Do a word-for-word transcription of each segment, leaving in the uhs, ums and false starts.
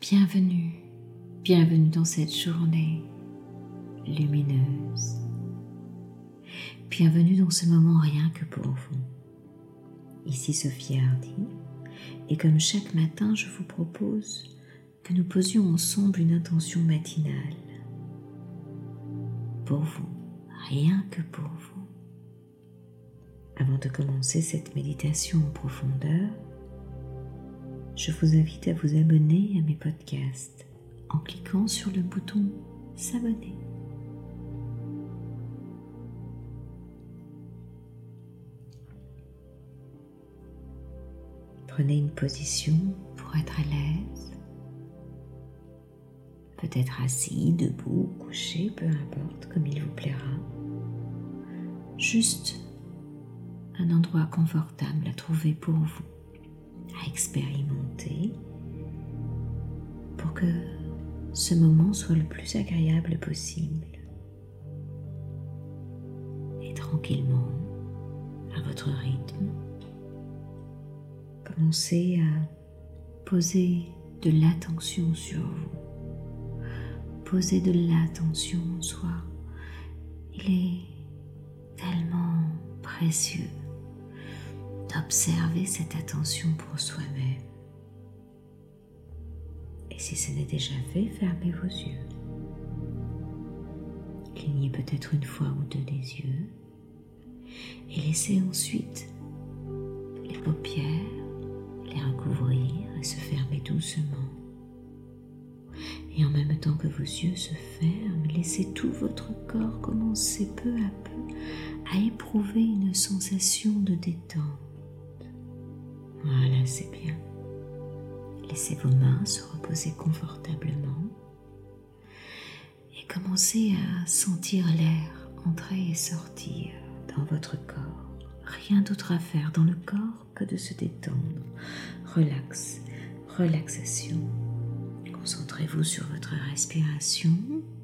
Bienvenue, bienvenue dans cette journée lumineuse. Bienvenue dans ce moment rien que pour vous. Ici Sophie Hardy, et comme chaque matin, je vous propose que nous posions ensemble une intention matinale. Pour vous, rien que pour vous. Avant de commencer cette méditation en profondeur, je vous invite à vous abonner à mes podcasts en cliquant sur le bouton « S'abonner ». Prenez une position pour être à l'aise, peut-être assis, debout, couché, peu importe, comme il vous plaira. Juste un endroit confortable à trouver pour vous, à expérimenter, pour que ce moment soit le plus agréable possible. Et tranquillement, à votre rythme, commencez à poser de l'attention sur vous. Posez de l'attention en soi. Il est tellement précieux d'observer cette attention pour soi-même. Et si ce n'est déjà fait, fermez vos yeux. Clignez peut-être une fois ou deux les yeux et laissez ensuite les paupières les recouvrir et se fermer doucement. Et en même temps que vos yeux se ferment, laissez tout votre corps commencer peu à peu à éprouver une sensation de détente. Voilà, c'est bien. Laissez vos mains se reposer confortablement et commencez à sentir l'air entrer et sortir dans votre corps. Rien d'autre à faire dans le corps que de se détendre. Relax, relaxation. Concentrez-vous sur votre respiration.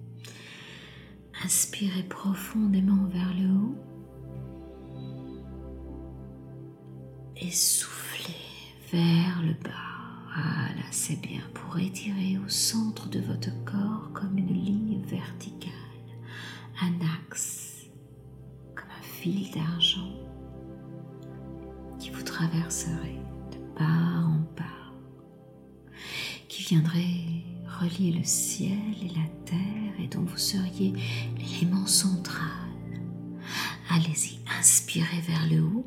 Inspirez profondément vers le haut et soufflez vers le bas. Voilà, c'est bien, pour étirer au centre de votre corps comme une ligne verticale, un axe, comme un fil d'argent qui vous traverserait de part en part, qui viendrait relier le ciel et la terre et dont vous seriez l'élément central. Allez-y, inspirez vers le haut.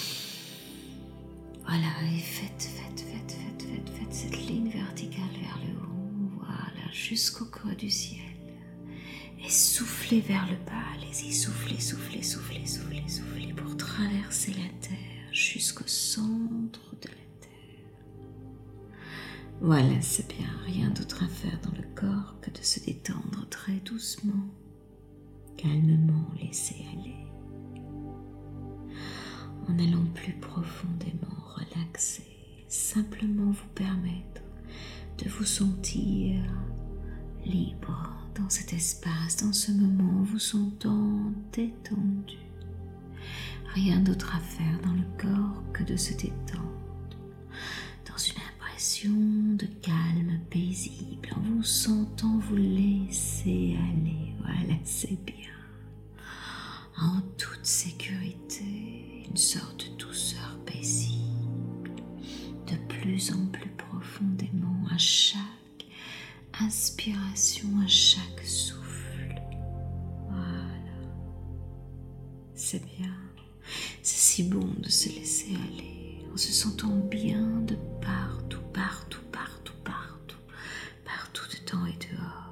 Voilà, et faites, faites, faites, faites, faites, faites cette ligne verticale vers le haut. Voilà, jusqu'au creux du ciel. Et soufflez vers le bas. Allez-y, soufflez, soufflez, soufflez, soufflez, soufflez pour traverser la terre jusqu'au centre de la terre. Voilà, c'est bien, rien d'autre à faire dans le corps que de se détendre très doucement, calmement, laisser aller. En allant plus profondément relaxer, simplement vous permettre de vous sentir libre dans cet espace, dans ce moment, vous sentant détendu. Rien d'autre à faire dans le corps que de se détendre, dans une impression de calme paisible, en vous sentant vous laisser aller. Voilà, c'est bien. En toute sécurité, une sorte de douceur paisible, de plus en plus profondément à chaque inspiration, à chaque souffle. Voilà, c'est bien, c'est si bon de se laisser aller, en se sentant bien de partout, partout, partout, partout, partout dedans et dehors.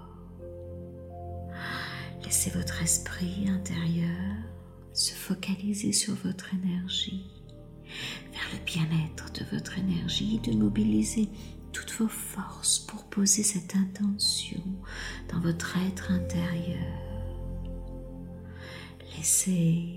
Laissez votre esprit intérieur se focaliser sur votre énergie, vers le bien-être de votre énergie, de mobiliser toutes vos forces pour poser cette intention dans votre être intérieur. Laissez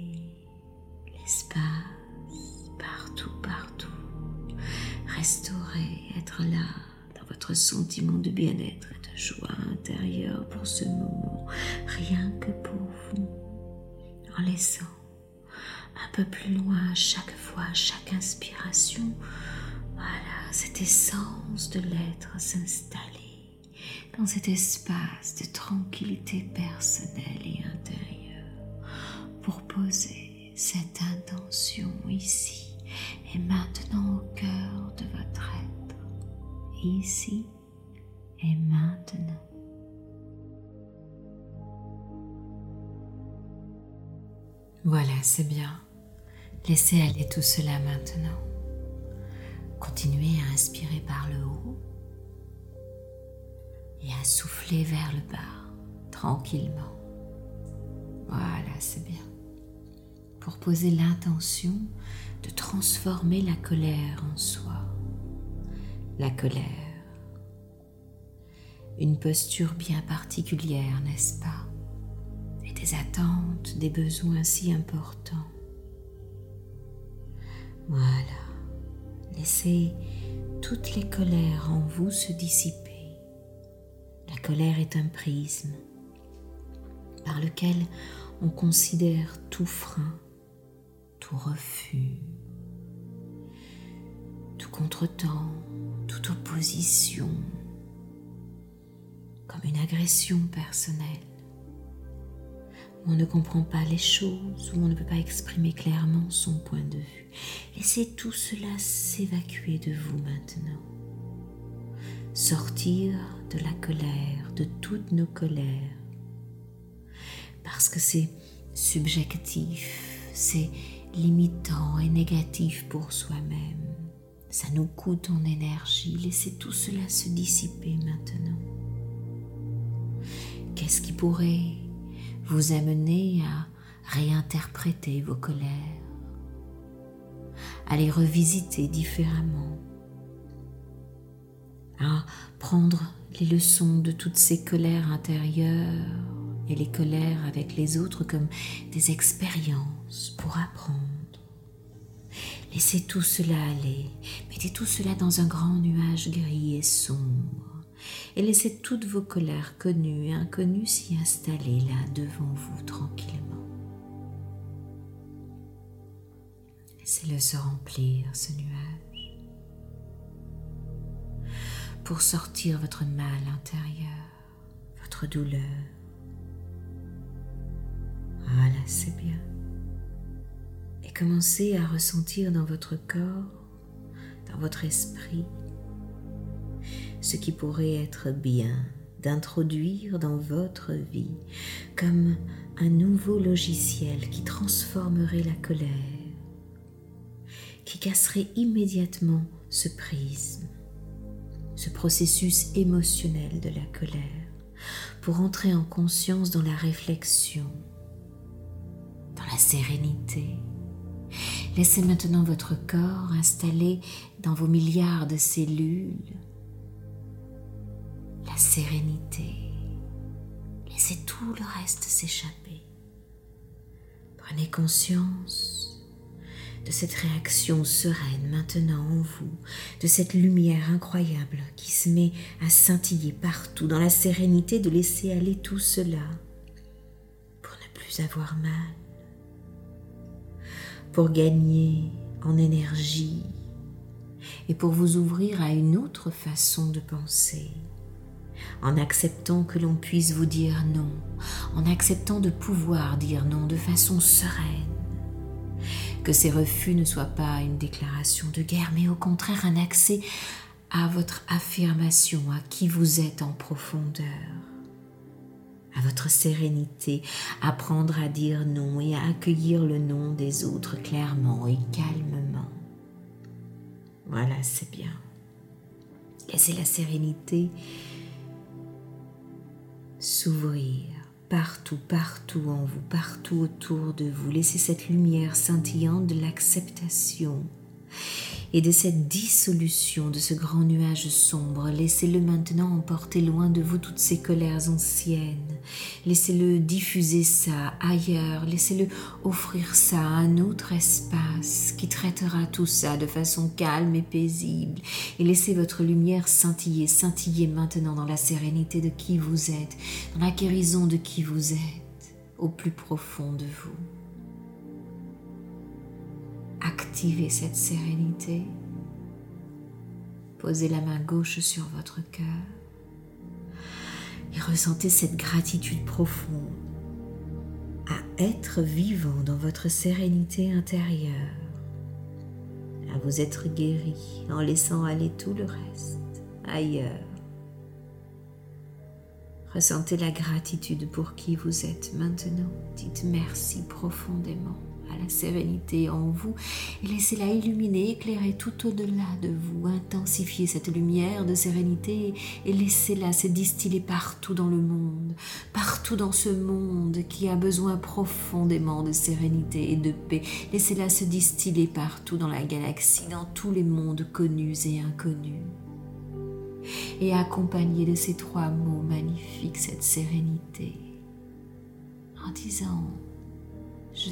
l'espace partout, partout, restaurer, être là dans votre sentiment de bien-être et de joie intérieure pour ce moment, rien que pour vous, en laissant un peu plus loin à chaque fois, à chaque inspiration, voilà, cette essence de l'être s'installer dans cet espace de tranquillité personnelle et intérieure pour poser cette intention ici et maintenant au cœur de votre être, ici et maintenant. Voilà, c'est bien. Laissez aller tout cela maintenant. Continuez à inspirer par le haut et à souffler vers le bas, tranquillement. Voilà, c'est bien. Pour poser l'intention de transformer la colère en soi. La colère, une posture bien particulière, n'est-ce pas? Et des attentes, des besoins si importants. Voilà. Laissez toutes les colères en vous se dissiper. La colère est un prisme par lequel on considère tout frein, tout refus, tout contretemps, toute opposition comme une agression personnelle. On ne comprend pas les choses, où on ne peut pas exprimer clairement son point de vue. Laissez tout cela s'évacuer de vous maintenant. Sortir de la colère, de toutes nos colères. Parce que c'est subjectif, c'est limitant et négatif pour soi-même. Ça nous coûte en énergie. Laissez tout cela se dissiper maintenant. Qu'est-ce qui pourrait vous amener à réinterpréter vos colères, à les revisiter différemment, à prendre les leçons de toutes ces colères intérieures et les colères avec les autres comme des expériences pour apprendre. Laissez tout cela aller, mettez tout cela dans un grand nuage gris et sombre. Et laissez toutes vos colères connues et inconnues s'y installer là devant vous tranquillement. Laissez-le se remplir, ce nuage, pour sortir votre mal intérieur, votre douleur. Voilà, c'est bien. Et commencez à ressentir dans votre corps, dans votre esprit, ce qui pourrait être bien d'introduire dans votre vie comme un nouveau logiciel qui transformerait la colère, qui casserait immédiatement ce prisme, ce processus émotionnel de la colère, pour entrer en conscience dans la réflexion, dans la sérénité. Laissez maintenant votre corps installé dans vos milliards de cellules, la sérénité. Laissez tout le reste s'échapper. Prenez conscience de cette réaction sereine maintenant en vous, de cette lumière incroyable qui se met à scintiller partout, dans la sérénité de laisser aller tout cela pour ne plus avoir mal, pour gagner en énergie et pour vous ouvrir à une autre façon de penser. En acceptant que l'on puisse vous dire non, en acceptant de pouvoir dire non de façon sereine, que ces refus ne soient pas une déclaration de guerre, mais au contraire un accès à votre affirmation, à qui vous êtes en profondeur, à votre sérénité, apprendre à dire non et à accueillir le non des autres clairement et calmement. Voilà, c'est bien. Laissez la sérénité s'ouvrir partout, partout en vous, partout autour de vous. Laissez cette lumière scintillante de l'acceptation et de cette dissolution de ce grand nuage sombre. Laissez-le maintenant emporter loin de vous toutes ces colères anciennes. Laissez-le diffuser ça ailleurs. Laissez-le offrir ça à un autre espace qui traitera tout ça de façon calme et paisible. Et laissez votre lumière scintiller, scintiller maintenant dans la sérénité de qui vous êtes, dans la guérison de qui vous êtes, au plus profond de vous. Activez cette sérénité. Posez la main gauche sur votre cœur. Et ressentez cette gratitude profonde à être vivant dans votre sérénité intérieure, à vous être guéri en laissant aller tout le reste ailleurs. Ressentez la gratitude pour qui vous êtes maintenant. Dites merci profondément à la sérénité en vous et laissez-la illuminer, éclairer tout au-delà de vous. Intensifiez cette lumière de sérénité et laissez-la se distiller partout dans le monde, partout dans ce monde qui a besoin profondément de sérénité et de paix. Laissez-la se distiller partout dans la galaxie, dans tous les mondes connus et inconnus. Et accompagnez de ces trois mots magnifiques cette sérénité en disant « Je t'aime ».